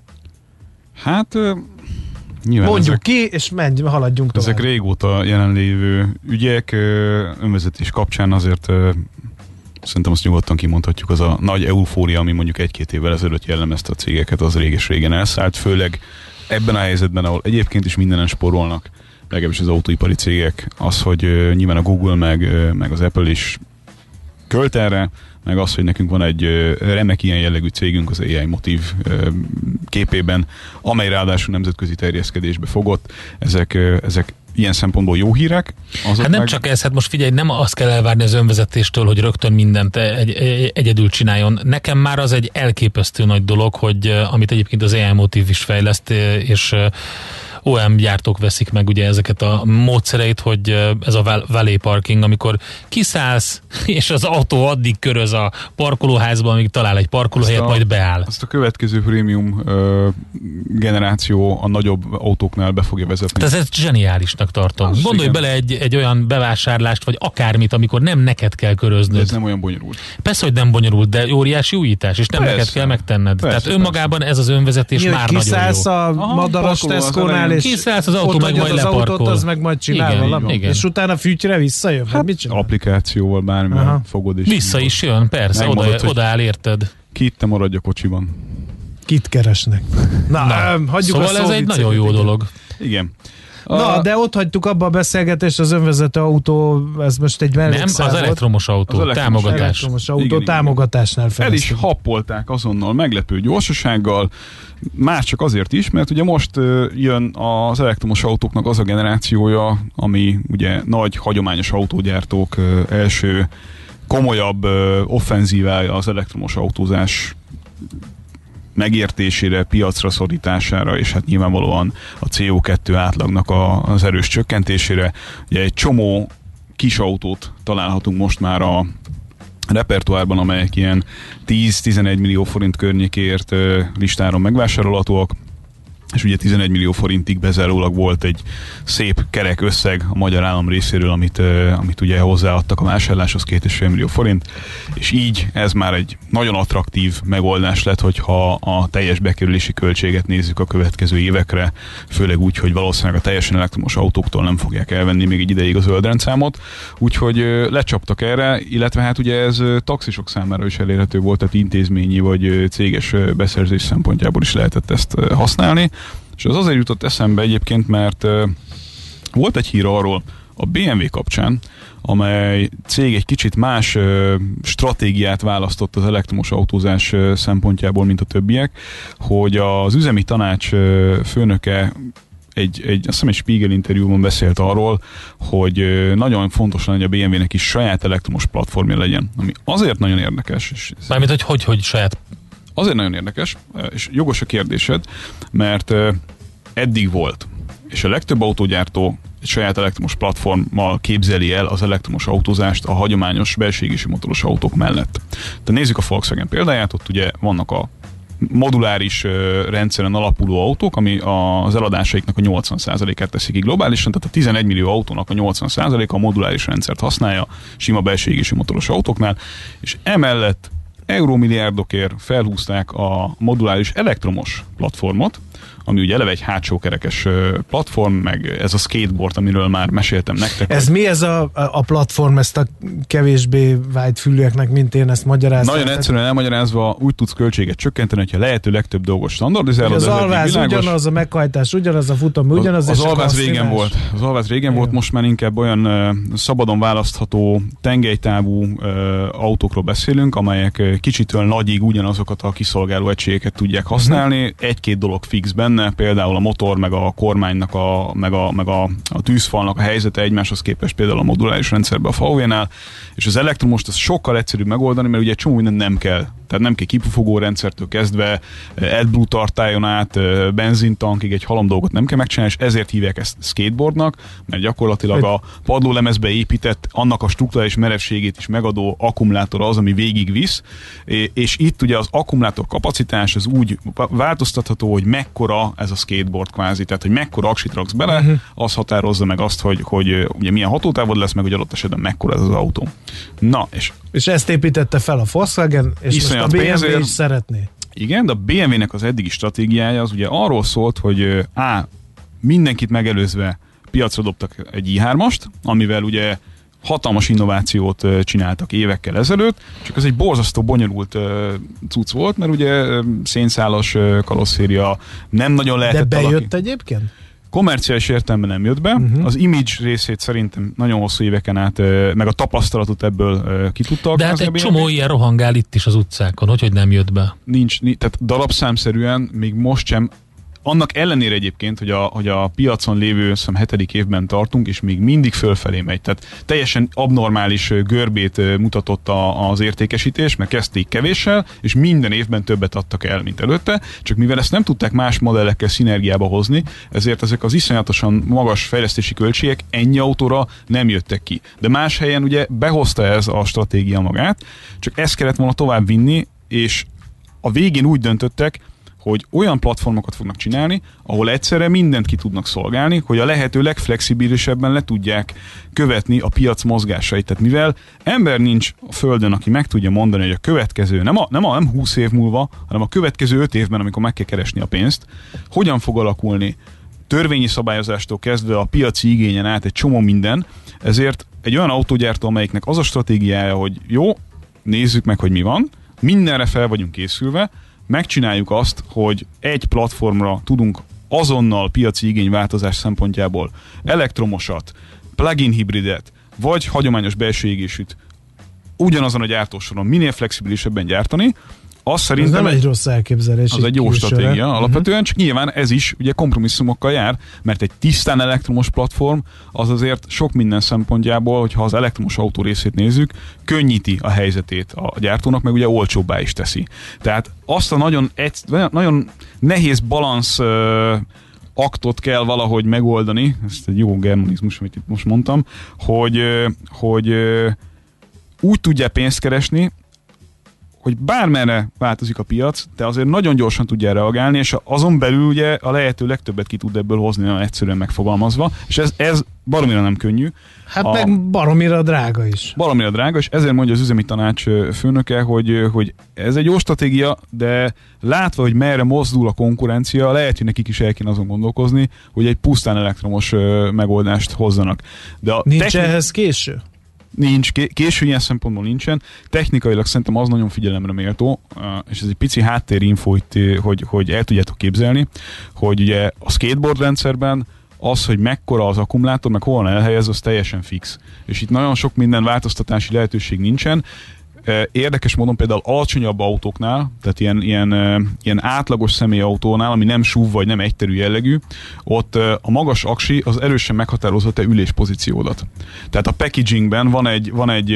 Hát nyilván mondjuk ezek, ki, és menj, haladjunk tovább. Ezek régóta jelenlévő ügyek, önvezetés kapcsán azért szerintem azt nyugodtan kimondhatjuk, az a nagy eufória, ami mondjuk egy-két évvel ezelőtt jellemezte a cégeket, az réges-régen elszállt, főleg ebben a helyzetben, ahol egyébként is mindenen spórolnak, legalábbis az autóipari cégek, az, hogy uh, nyilván a Google meg, uh, meg az Apple is költ erre, meg az, hogy nekünk van egy uh, remek ilyen jellegű cégünk az á i Motiv uh, képében, amely ráadásul nemzetközi terjeszkedésbe fogott. Ezek, uh, ezek ilyen szempontból jó hírek. Hát nem meg... csak ez, hát most figyelj, nem azt kell elvárni az önvezetéstől, hogy rögtön mindent egy, egy, egyedül csináljon. Nekem már az egy elképesztő nagy dolog, hogy amit egyébként az á i Motiv is fejleszt, és o em gyártók veszik meg ugye ezeket a módszereit, hogy ez a valet parking, amikor kiszállsz, és az autó addig köröz a parkolóházban, amíg talál egy parkolóhelyet, a, majd beáll. Azt a következő prémium uh, generáció a nagyobb autóknál be fogja vezetni. Tehát ez zseniálisnak tartom. Az Gondolj igen. bele egy, egy olyan bevásárlást, vagy akármit, amikor nem neked kell köröznöd. De ez nem olyan bonyolult. Persze, hogy nem bonyolult, de óriási újítás, és nem persze. neked kell megtenned. Persze, Tehát önmagában persze. ez az önvezetés Nyilván már nagyon jó. Kiszállsz a madaras Tesco-nál, és kiszállsz az autó, meg majd az autót, az meg majd csinál igen, valami. Igen. És utána fűtyre visszajön? Hát mit csinál? Applikációval bármilyen fogod is. Vissza is jön, persze, oda, oda áll, érted. Kit te maradj a kocsiban. Kit keresnek. Na, Na um, hagyjuk szóval ez egy nagyon jó dolog. Igen. Na, a... de ott hagytuk abba a beszélgetést, az önvezető autó, ez most egy mellékszál. Nem, az elektromos autó, az elektromos támogatás. Elektromos autó igen, támogatásnál fel. El is happolták azonnal meglepő gyorsasággal, már csak azért is, mert ugye most uh, jön az elektromos autóknak az a generációja, ami ugye nagy hagyományos autógyártók uh, első komolyabb uh, offenzívája az elektromos autózás megértésére, piacra szorítására, és hát nyilvánvalóan a cé o kettő átlagnak a, az erős csökkentésére. Ugye egy csomó kis autót találhatunk most már a repertoárban, amelyek ilyen tíz-tizenegy millió forint környékért listáron megvásárolhatóak, és ugye tizenegy millió forintig bezárólag volt egy szép kerek összeg a magyar állam részéről, amit, uh, amit ugye hozzáadtak a vásárláshoz, két és fél millió forint, és így ez már egy nagyon attraktív megoldás lett, hogyha a teljes bekerülési költséget nézzük a következő évekre, főleg úgy, hogy valószínűleg a teljesen elektromos autóktól nem fogják elvenni még egy ideig a zöldrendszámot, úgyhogy uh, lecsaptak erre, illetve hát ugye ez uh, taxisok számára is elérhető volt, tehát intézményi vagy uh, céges uh, beszerzés szempontjából is lehetett ezt uh, használni. És az azért jutott eszembe egyébként, mert uh, volt egy hír arról a bé em vé kapcsán, amely cég egy kicsit más uh, stratégiát választott az elektromos autózás uh, szempontjából, mint a többiek, hogy az üzemi tanács uh, főnöke egy, egy, azt hiszem egy Spiegel interjúban beszélt arról, hogy uh, nagyon fontos lenne, hogy a bé em vé-nek is saját elektromos platformja legyen, ami azért nagyon érdekes. És mármint, hogy hogy, hogy saját Azért nagyon érdekes, és jogos a kérdésed, mert eddig volt, és a legtöbb autógyártó, egy saját elektromos platformmal képzeli el az elektromos autózást a hagyományos belső égésű motoros autók mellett. De nézzük a Volkswagen példáját, ott ugye vannak a moduláris rendszeren alapuló autók, ami az eladásaiknak a nyolcvan százalékát teszik ki globálisan, tehát a tizenegy millió autónak a nyolcvan százaléka a moduláris rendszert használja sima belső égésű motoros autóknál, és emellett eurómilliárdokért felhúzták a moduláris elektromos platformot, ami ugye eleve egy hátsó kerekes platform, meg ez a skateboard, amiről már meséltem nektek. Ez mi ez a, a platform, ezt a kevésbé vájt fülűeknek, mint én ezt magyarázom? Nagyon egyszerűen elmagyarázva úgy tudsz költséget csökkenteni, hogyha lehető legtöbb dolgot standardizálod. Az alváz ugyanaz, a meghajtás ugyanaz, a futam ugyanaz. Az, az alváz régen volt. Az alváz régen volt, most már inkább olyan uh, szabadon választható, tengelytávú uh, autókról beszélünk, amelyek uh, kicsitől nagyig ugyanazokat a kiszolgáló egységeket tudják használni. Uh-huh. Egy-két dolog fix benne, például a motor, meg a kormánynak, a, meg, a, meg a, a tűzfalnak a helyzete egymáshoz képest például a moduláris rendszerben a vé vé-nál, és az elektromost az sokkal egyszerűbb megoldani, mert ugye egy csomó mindent nem kell. Tehát nem kell kipufogó rendszertől kezdve, AdBlue tartályon át, benzintankig egy halom dolgot nem kell megcsinálni, és ezért hívják ezt skateboardnak, mert gyakorlatilag a padlólemezbe épített, annak a strukturális merevségét is megadó akkumulátor az, ami végigvisz, és itt ugye az akkumulátor kapacitás az úgy változtatható, hogy mekkora ez a skateboard kvázi, tehát hogy mekkora aksit raksz bele, uh-huh. az határozza meg azt, hogy, hogy ugye milyen hatótávod lesz, meg hogy adott esetben mekkora ez az autó. Na, és És ezt építette fel a Volkswagen, és most a bé em vé is szeretné. Igen, de a bé em vé-nek az eddigi stratégiája az ugye arról szólt, hogy á, mindenkit megelőzve piacra dobtak egy i hármast, amivel ugye hatalmas innovációt csináltak évekkel ezelőtt, csak ez egy borzasztó bonyolult cucc volt, mert ugye szénszálas karosszéria nem nagyon lehetett De bejött alakítani. Egyébként? Kommerciális értelemben nem jött be. Uh-huh. Az image részét szerintem nagyon hosszú éveken át, meg a tapasztalatot ebből ki tudta De hát egy csomó ilyen rohangál itt is az utcákon, hogy, hogy nem jött be. Nincs, tehát darabszámszerűen még most sem. Annak ellenére egyébként, hogy a, hogy a piacon lévő szem hetedik évben tartunk, és még mindig fölfelé megy. Tehát teljesen abnormális görbét mutatott a, az értékesítés, mert kezdték kevéssel, és minden évben többet adtak el, mint előtte, csak mivel ezt nem tudták más modellekkel szinergiába hozni, ezért ezek az iszonyatosan magas fejlesztési költségek ennyi autóra nem jöttek ki. De más helyen ugye behozta ez a stratégia magát, csak ezt kellett volna tovább vinni, és a végén úgy döntöttek, hogy olyan platformokat fognak csinálni, ahol egyszerre mindent ki tudnak szolgálni, hogy a lehető legflexibilisebben le tudják követni a piac mozgásait. Tehát mivel ember nincs a Földön, aki meg tudja mondani, hogy a következő, nem, a, nem, a, nem húsz év múlva, hanem a következő öt évben, amikor meg kell keresni a pénzt, hogyan fog alakulni törvényi szabályozástól kezdve a piaci igényen át egy csomó minden, ezért egy olyan autógyártó, amelyiknek az a stratégiája, hogy jó, nézzük meg, hogy mi van, mindenre fel vagyunk készülve, megcsináljuk azt, hogy egy platformra tudunk azonnal piaci igényváltozás szempontjából elektromosat, plug-in hibridet, vagy hagyományos belső égésűt ugyanazon a gyártósoron minél flexibilisebben gyártani, az szerintem ez nem egy rossz elképzelés. Az egy jó stratégia alapvetően, csak nyilván ez is ugye kompromisszumokkal jár, mert egy tisztán elektromos platform az azért sok minden szempontjából, hogyha az elektromos autó részét nézzük, könnyíti a helyzetét a gyártónak, meg ugye olcsóbbá is teszi. Tehát azt a nagyon, egy, nagyon nehéz balansz aktot kell valahogy megoldani, ezt egy jó germanizmus, amit itt most mondtam, hogy, hogy úgy tudja pénzt keresni, hogy bármerre változik a piac, de azért nagyon gyorsan tudja reagálni, és azon belül ugye a lehető legtöbbet ki tud ebből hozni, olyan egyszerűen megfogalmazva, és ez, ez baromira nem könnyű. Hát a, meg baromira drága is. Baromira drága, és ezért mondja az üzemi tanács főnöke, hogy, hogy ez egy jó stratégia, de látva, hogy merre mozdul a konkurencia, lehet, hogy nekik is el kéne azon gondolkozni, hogy egy pusztán elektromos megoldást hozzanak. De a Nincs technik... ehhez késő? Nincs, késő ilyen szempontból nincsen. Technikailag szerintem az nagyon figyelemre méltó, és ez egy pici háttérinfo itt, hogy, hogy el tudjátok képzelni, hogy ugye a skateboard rendszerben az, hogy mekkora az akkumulátor, meg hol van elhelyezve, az teljesen fix. És itt nagyon sok minden változtatási lehetőség nincsen. Érdekes módon például alacsonyabb autóknál, tehát ilyen, ilyen, ilyen átlagos személyautónál, ami nem es u vé vagy nem egyterű jellegű, ott a magas aksi az erősen meghatározza te üléspozíciódat. Tehát a packagingben van egy, van egy,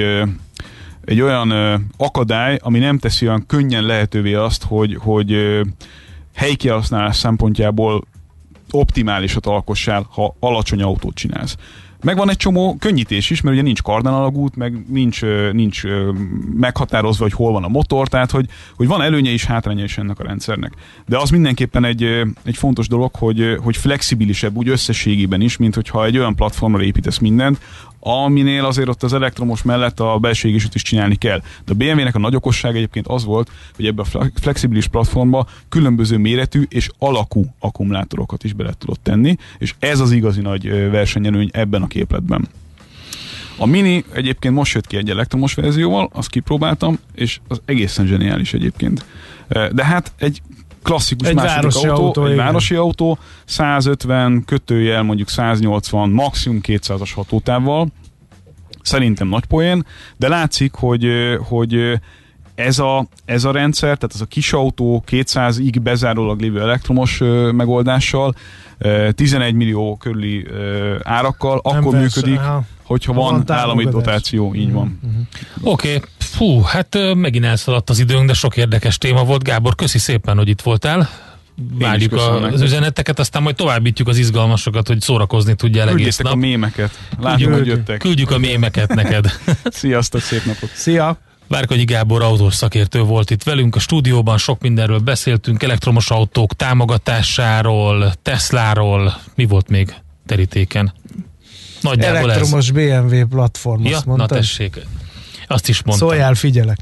egy olyan akadály, ami nem teszi olyan könnyen lehetővé azt, hogy, hogy helykihasználás szempontjából optimálisat alkossál, ha alacsony autót csinálsz. Meg van egy csomó könnyítés is, mert ugye nincs kardanalagút, meg nincs, nincs meghatározva, hogy hol van a motor, tehát hogy, hogy van előnye és hátránya is ennek a rendszernek. De az mindenképpen egy, egy fontos dolog, hogy, hogy flexibilisebb úgy összességében is, mint hogyha egy olyan platformra építesz mindent, aminél azért ott az elektromos mellett a belső égésűt is csinálni kell. De a bé em vé-nek a nagy okosság egyébként az volt, hogy ebbe a flexibilis platformba különböző méretű és alakú akkumulátorokat is bele tudott tenni, és ez az igazi nagy versenyelőny ebben a képletben. A Mini egyébként most jött ki egy elektromos verzióval, azt kipróbáltam, és az egészen zseniális egyébként. De hát egy klasszikus egy második városi autó, autó, egy igen. városi autó, százötven kötőjel mondjuk száznyolcvan, maximum kétszázas hatótávval. Szerintem nagy poén, de látszik, hogy, hogy ez a, ez a rendszer, tehát ez a kis autó kétszázig bezárólag lévő elektromos megoldással, tizenegy millió körüli árakkal, Nem akkor persze, működik, ha, hogyha ha van, van állami támogatás. dotáció, így van. Mm-hmm. Oké, okay. Fú, hát megint elszaladt az időnk, de sok érdekes téma volt. Gábor, köszi szépen, hogy itt voltál. Várjuk az üzeneteket, aztán majd továbbítjuk az izgalmasokat, hogy szórakozni tudjál egész Küldjétek nap. a mémeket. Látom, hogy jöttek. Küldjük a mémeket neked. Sziasztok, szép napot. Szia! Várkonyi Gábor autós szakértő volt itt velünk a stúdióban, sok mindenről beszéltünk, elektromos autók támogatásáról, Tesláról, mi volt még terítéken? Nagyjából elektromos ez. bé em vé platform, Ja, azt mondtad? na tessék, azt is mondtam. Szóljál, figyelek.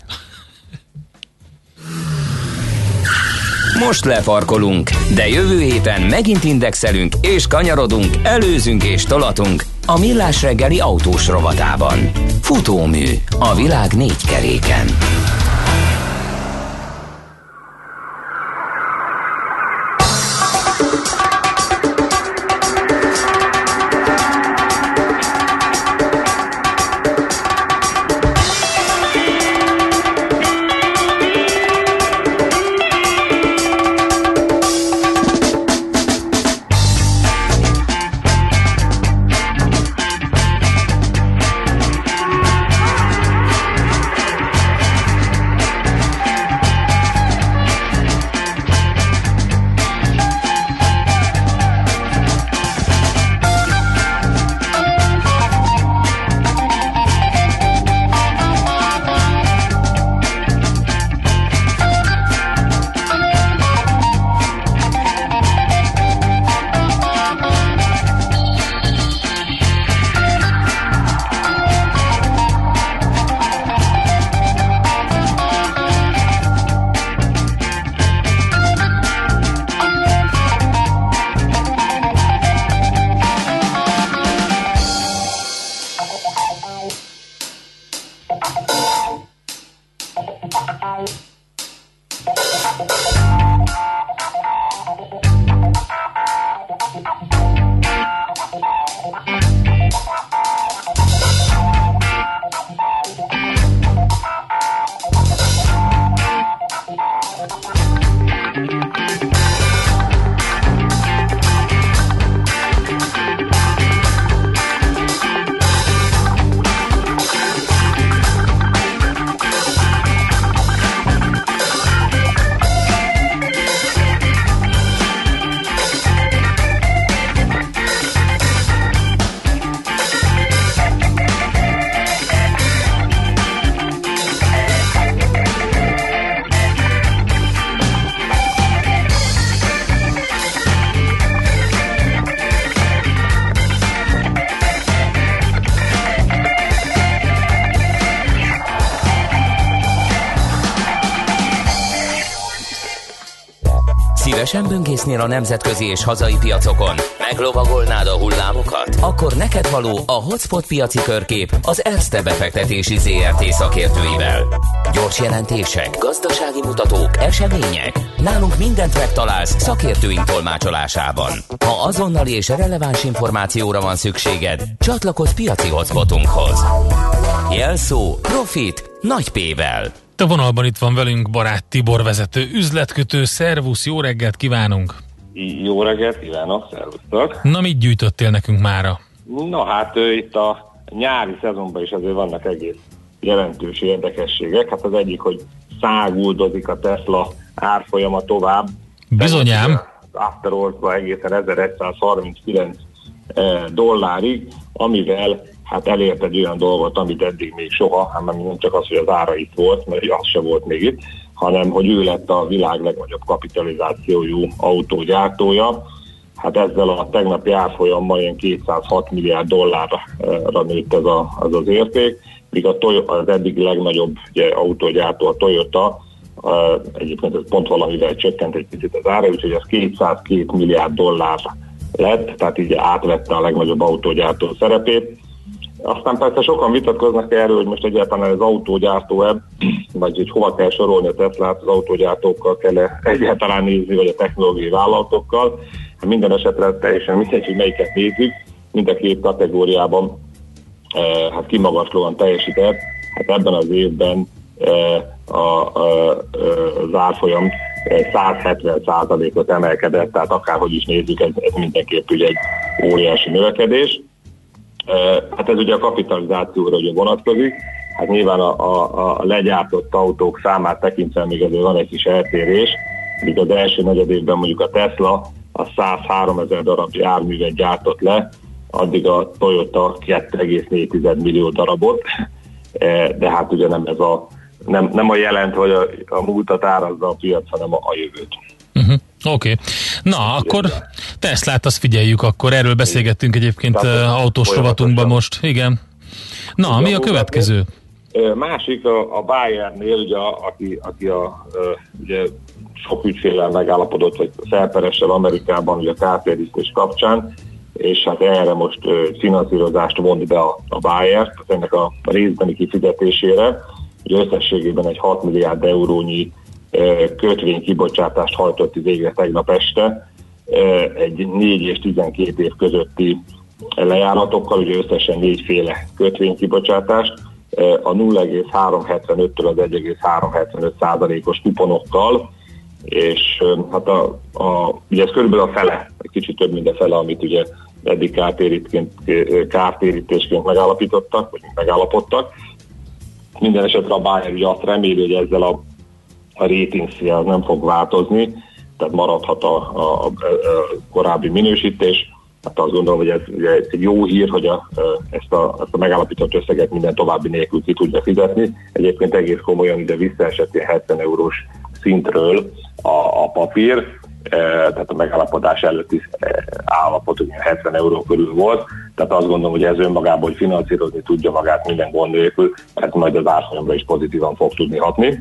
Most lefarkolunk, de jövő héten megint indexelünk és kanyarodunk, előzünk és tolatunk a Millás reggeli autós rovatában. Futómű a világ négy keréken. Szívesen böngésznél a nemzetközi és hazai piacokon? Meglovagolnád a hullámokat? Akkor neked való a Hotspot piaci körkép az Erste befektetési zé er té szakértőivel. Gyors jelentések, gazdasági mutatók, események. Nálunk mindent megtalálsz szakértőink tolmácsolásában. Ha azonnali és releváns információra van szükséged, csatlakozz piaci hotspotunkhoz. Jelszó Profit nagy P-vel. A vonalban itt van velünk Barát Tibor vezető üzletkötő. Szervusz, jó reggelt kívánunk! Jó reggelt kívánok, szervusztok! Na, mit gyűjtöttél nekünk mára? Na hát itt a nyári szezonban is azért vannak egész jelentős érdekességek. Hát az egyik, hogy száguldozik a Tesla árfolyama tovább. Bizonyám. afteroltva egészen ezeregyszázharminckilenc dollárig, amivel hát elért egy olyan dolgot, amit eddig még soha, hát nem csak az, hogy az ára itt volt, mert az se volt még itt, hanem hogy ő lett a világ legnagyobb kapitalizációjú autógyártója. Hát ezzel a tegnapi árfolyammal ilyen kétszázhat milliárd dollárra nőtt ez a, az az érték, míg a Toyota, az eddig legnagyobb ugye, autógyártó, a Toyota, uh, egyébként ez pont valamivel csökkent egy picit az ára, úgyhogy ez kétszázkettő milliárd dollár lett, tehát így átvette a legnagyobb autógyártó szerepét. Aztán persze sokan vitatkoznak erről, hogy most egyáltalán az autógyártó-e, vagy hogy hova kell sorolni a Teslát, az autógyártókkal kell egyáltalán nézni, vagy a technológiai vállalatokkal. Hát minden esetre teljesen mindegy, hogy melyiket nézzük, mind a két kategóriában eh, hát kimagaslóan teljesített. Hát ebben az évben eh, a, a, az árfolyam százhetven százalékot emelkedett, tehát akárhogy is nézzük, ez, ez mindenképp ugye egy óriási növekedés. Hát ez ugye a kapitalizációra ugye vonatkozik, hát nyilván a, a, a legyártott autók számát tekintve még azért van egy kis eltérés, míg az első negyed évben mondjuk a Tesla a százháromezer darab járművet gyártott le, addig a Toyota két egész négy millió darabot, de hát ugye nem ez a nem, nem a jelent, hogy a, a múltat árazza a piac, hanem a, a jövőt. Uh-huh. Oké. Okay. Na, akkor Teslát azt figyeljük, akkor erről beszélgettünk egyébként uh, autós rovatunkban most. Igen. Na, igen, mi a következő? Másik a, a Bayernél, ugye, aki, aki a, ugye, sok ügyféllel megállapodott, hogy felperessel Amerikában ugye a kártérítés kapcsán, és hát erre most finanszírozást vont be a, a Bayer, ennek a részbeni kifizetésére. Ugye összességében egy hat milliárd eurónyi kötvénykibocsátást hajtott végre tegnap este egy négy és tizenkét év közötti lejáratokkal, ugye összesen négyféle kötvénykibocsátást, a nulla egész háromszázhetvenöttől az egy egész háromszázhetvenöt százalékos kuponokkal, és hát a, a, ugye ez körülbelül a fele, egy kicsit több, mint a fele, amit ugye eddig kártérítésként megállapítottak, vagy megállapodtak. Minden esetre a Bayer ugye azt reméli, hogy ezzel a, a rating szél nem fog változni, tehát maradhat a, a, a korábbi minősítés. Hát azt gondolom, hogy ez ugye egy jó hír, hogy a, ezt, a, ezt a megállapított összeget minden további nélkül ki tudja fizetni. Egyébként egész komolyan ide visszaesett ilyen hetven eurós szintről a, a papír, tehát a megállapodás előtti állapot ugye hetven euró körül volt, tehát azt gondolom, hogy ez önmagában, hogy finanszírozni tudja magát minden gond nélkül, tehát majd az árfolyamra is pozitívan fog tudni hatni.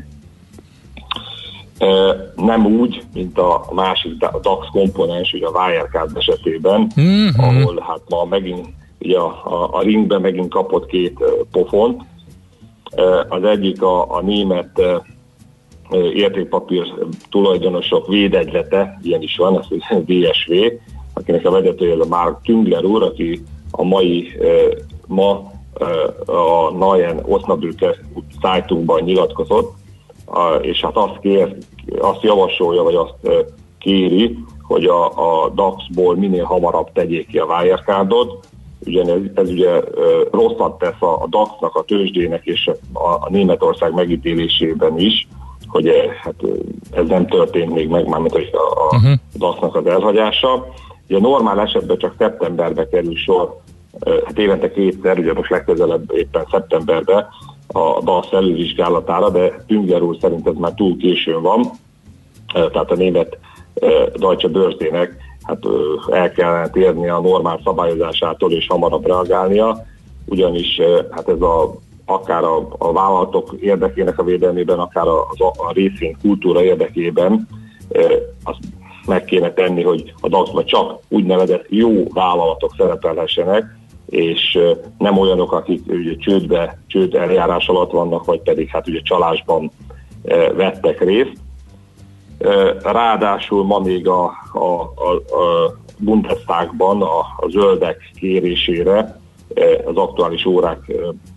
Nem úgy, mint a másik a dax komponens, ugye a Wirecard esetében, mm-hmm. ahol hát ma megint ugye a, a, a ringben megint kapott két pofont. Az egyik a, a német értékpapír tulajdonosok védegylete, ilyen is van, az vé es vé, akinek a vezetője az a Mark Tüngler úr, aki a mai, ma a Neuen Osnabrücker Zeitungban nyilatkozott, és hát azt, kér, azt javasolja, vagy azt kéri, hogy a, a daxból minél hamarabb tegyék ki a Wirecardot, ugyanez ez ugye rosszat tesz a, a daxnak, a tőzsdének és a, a Németország megítélésében is, hogy hát ez nem történt még meg, mármint hogy a, a uh-huh. daxnak az elhagyása. Ugye normál esetben csak szeptemberbe kerül sor, hát évente kétszer, ugye most legközelebb éppen szeptemberben a dax elővizsgálatára, de Tüngler úr szerint ez már túl későn van, tehát a német Deutsche Börsének hát el kellene térni a normál szabályozásától és hamarabb reagálnia, ugyanis hát ez a akár a, a vállalatok érdekének a védelmében, akár a, a részvény kultúra érdekében azt meg kéne tenni, hogy a daxban csak úgynevezett jó vállalatok szerepelhessenek, és nem olyanok, akik ugye csődbe, csőd eljárás alatt vannak, vagy pedig hát ugye csalásban vettek részt. Ráadásul ma még a, a, a, a Bundestagban a, a zöldek kérésére az aktuális órák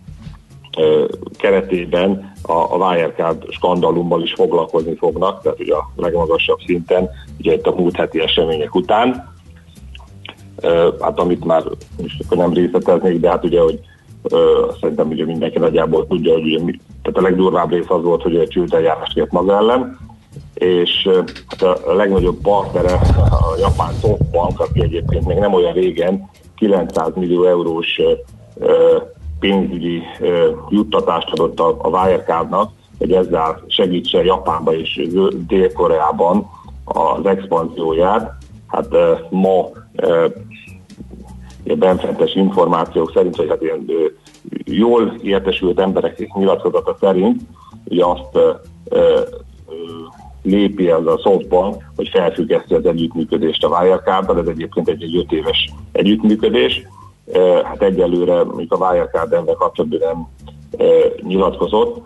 keretében a, a Wirecard skandalummal is foglalkozni fognak, tehát ugye a legmagasabb szinten, ugye itt a múlt heti események után. Hát amit már nem részleteznék, de hát ugye, hogy uh, szerintem ugye mindenki nagyjából tudja, hogy ugye, tehát a legdurvább rész az volt, hogy a csődeljárást kért maga ellen, és hát a legnagyobb partnere a japán SoftBank, aki egyébként még nem olyan régen kilencszáz millió eurós pénzügyi juttatást adott a, a Wirecardnak, hogy ezzel segítse Japánban és Dél-Koreában az expanzióját. Hát ma ilyen benfentes információk szerint, vagy hát ilyen jól értesült emberek nyilatkozata szerint, ugye azt lépi az a SoftBank, hogy felfüggeszti az együttműködést a Wirecarddal, ez egyébként egy, egy öt éves együttműködés. Hát egyelőre, még a Wirecard ebben kapcsolatban nem nyilatkozott,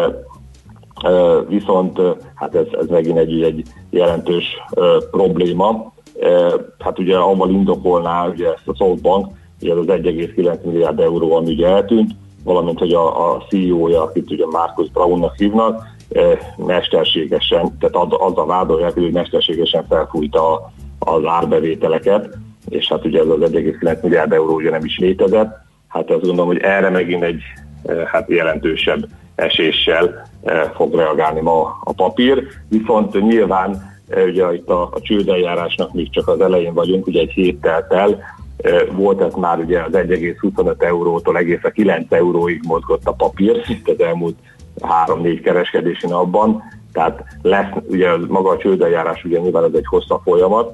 viszont hát ez, ez megint egy, egy jelentős probléma. Hát ugye avval indokolná ugye ezt a SoftBank, ugye az egy egész kilenc milliárd euró, ami ugye eltűnt, valamint hogy a, a cé e ó-ja, akit ugye Markus Braunnak hívnak, mesterségesen, tehát azzal vádolják, hogy mesterségesen felfújta az árbevételeket, és hát ugye ez az egy egész kilenc milliárd euró ugye nem is létezett. Hát azt gondolom, hogy erre megint egy hát jelentősebb eséssel fog reagálni ma a papír, viszont nyilván ugye itt a, a csődeljárásnak még csak az elején vagyunk, ugye egy hét telt el, volt ez már ugye az egy egész huszonöt eurótól egészen kilenc euróig mozgott a papír, az elmúlt három-négy kereskedési napban, tehát lesz, ugye maga a csődeljárás ugye nyilván ez egy hosszabb folyamat,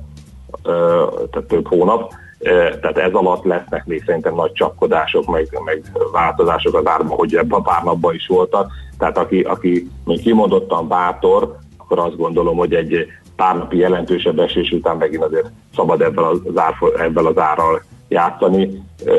tehát több hónap, tehát ez alatt lesznek még szerintem nagy csapkodások, meg, meg változások az árban, hogy ebben a pár napban is voltak, tehát aki, aki még kimondottan bátor, akkor azt gondolom, hogy egy pár napi jelentősebb esés után megint azért szabad ebben az, ár, ebben az árral játszani.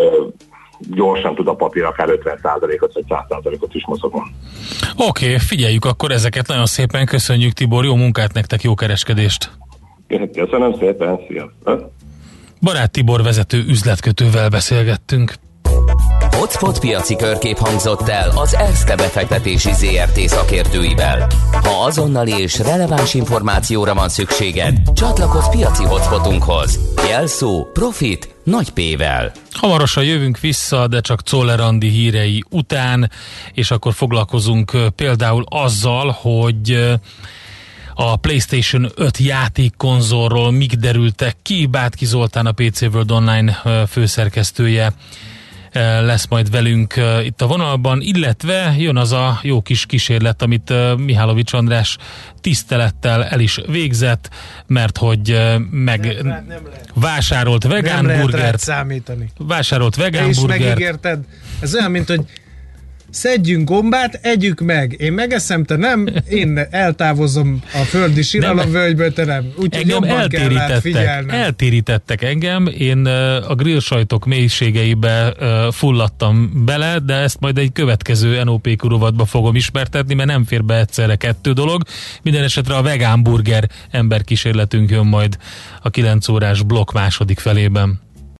Gyorsan tud a papír akár ötven százalékot vagy száz százalékot is mozogni. Oké, okay, figyeljük akkor ezeket. Nagyon szépen köszönjük, Tibor, jó munkát nektek, jó kereskedést! Köszönöm szépen, sziasztok! Barát Tibor vezető üzletkötővel beszélgettünk. Hotspot piaci körkép hangzott el az Erste befektetési zé er té szakértőivel. Ha azonnali és releváns információra van szükséged, csatlakozz piaci hotspotunkhoz. Jelszó Profit nagy P-vel. Hamarosan jövünk vissza, de csak Czoller Andi hírei után, és akkor foglalkozunk például azzal, hogy a PlayStation öt játékkonzolról mik derültek ki. Bátki Zoltán, a pé cé World Online főszerkesztője lesz majd velünk itt a vonalban, illetve jön az a jó kis kísérlet, amit Mihálovics András tisztelettel el is végzett, mert hogy meg nem, nem, nem vásárolt vegán nem burgert. Számítani. Vásárolt vegán és burgert. megígérted. Ez olyan, mint hogy szedjünk gombát, együk meg. Én megeszem, te nem, én eltávozom a földi síralomvölgyből, te nem. Úgyhogy jobban kell rád figyelnem. Eltérítettek engem, én a grill sajtok mélységeibe fulladtam bele, de ezt majd egy következő en o pé kurovatba fogom ismertetni, mert nem fér be egyszerre kettő dolog. Minden esetre a vegán burger emberkísérletünk jön majd a kilenc órás blokk második felében.